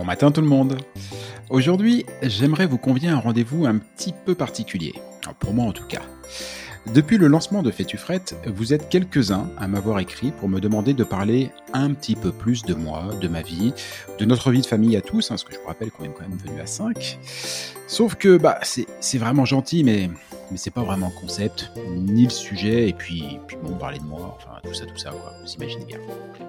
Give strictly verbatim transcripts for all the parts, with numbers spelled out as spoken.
matin tout le monde. Aujourd'hui, j'aimerais vous convier à un rendez-vous un petit peu particulier. Alors, pour moi en tout cas. Depuis le lancement de Fétufrette, vous êtes quelques-uns à m'avoir écrit pour me demander de parler un petit peu plus de moi, de ma vie, de notre vie de famille à tous, hein, parce que je vous rappelle qu'on est quand même venu à cinq. Sauf que bah, c'est, c'est vraiment gentil, mais, mais c'est pas vraiment le concept, ni le sujet, et puis, puis bon, parler de moi, enfin tout ça, tout ça, quoi, vous imaginez bien.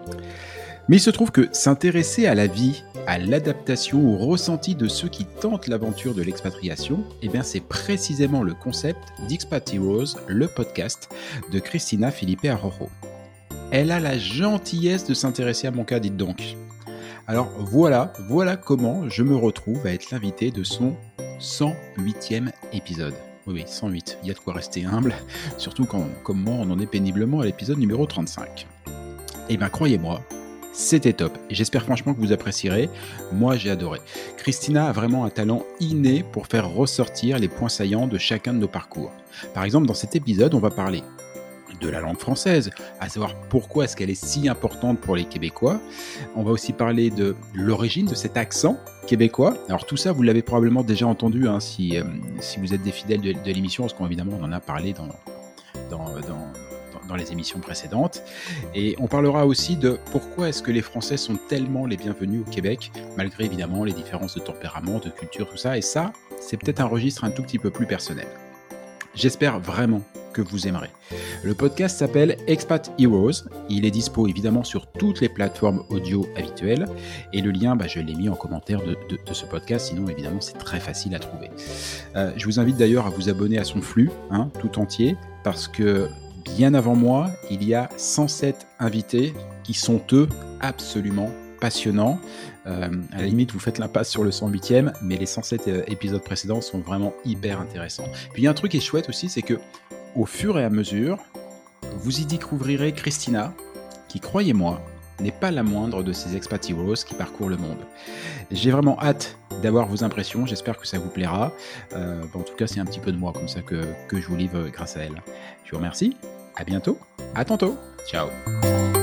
Mais il se trouve que s'intéresser à la vie, à l'adaptation, au ressenti de ceux qui tentent l'aventure de l'expatriation, eh bien c'est précisément le concept d'Expat Heroes, le podcast de Cristina Felipe Arrojo. Elle a la gentillesse de s'intéresser à mon cas, dites donc. Alors voilà, voilà comment je me retrouve à être l'invité de son cent huitième épisode. Oui, oui, cent huit, il y a de quoi rester humble, surtout quand, comme moi, on en est péniblement à l'épisode numéro trente-cinq. Eh bien croyez-moi, c'était top, et j'espère franchement que vous apprécierez. Moi j'ai adoré. Cristina a vraiment un talent inné pour faire ressortir les points saillants de chacun de nos parcours. Par exemple, dans cet épisode, on va parler de la langue française, à savoir pourquoi est-ce qu'elle est si importante pour les Québécois. On va aussi parler de l'origine de cet accent québécois. Alors tout ça, vous l'avez probablement déjà entendu hein, si, euh, si vous êtes des fidèles de, de l'émission, parce qu'évidemment on en a parlé dans... dans, dans dans les émissions précédentes. Et on parlera aussi de pourquoi est-ce que les Français sont tellement les bienvenus au Québec, malgré évidemment les différences de tempérament, de culture, tout ça. Et ça, c'est peut-être un registre un tout petit peu plus personnel. J'espère vraiment que vous aimerez. Le podcast s'appelle Expat Heroes. Il est dispo évidemment sur toutes les plateformes audio habituelles. Et le lien, bah, je l'ai mis en commentaire de, de, de ce podcast. Sinon, évidemment, c'est très facile à trouver. Euh, je vous invite d'ailleurs à vous abonner à son flux, hein, tout entier, parce que bien avant moi, il y a cent sept invités qui sont eux absolument passionnants. Euh, à la limite, vous faites l'impasse sur le cent huitième, mais les cent sept épisodes précédents sont vraiment hyper intéressants. Puis il y a un truc qui est chouette aussi, c'est que au fur et à mesure, vous y découvrirez Cristina, qui, croyez-moi, n'est pas la moindre de ces expat heroes qui parcourent le monde. J'ai vraiment hâte d'avoir vos impressions, j'espère que ça vous plaira. Euh, en tout cas, c'est un petit peu de moi comme ça que, que je vous livre grâce à elle. Je vous remercie, à bientôt, à tantôt, ciao.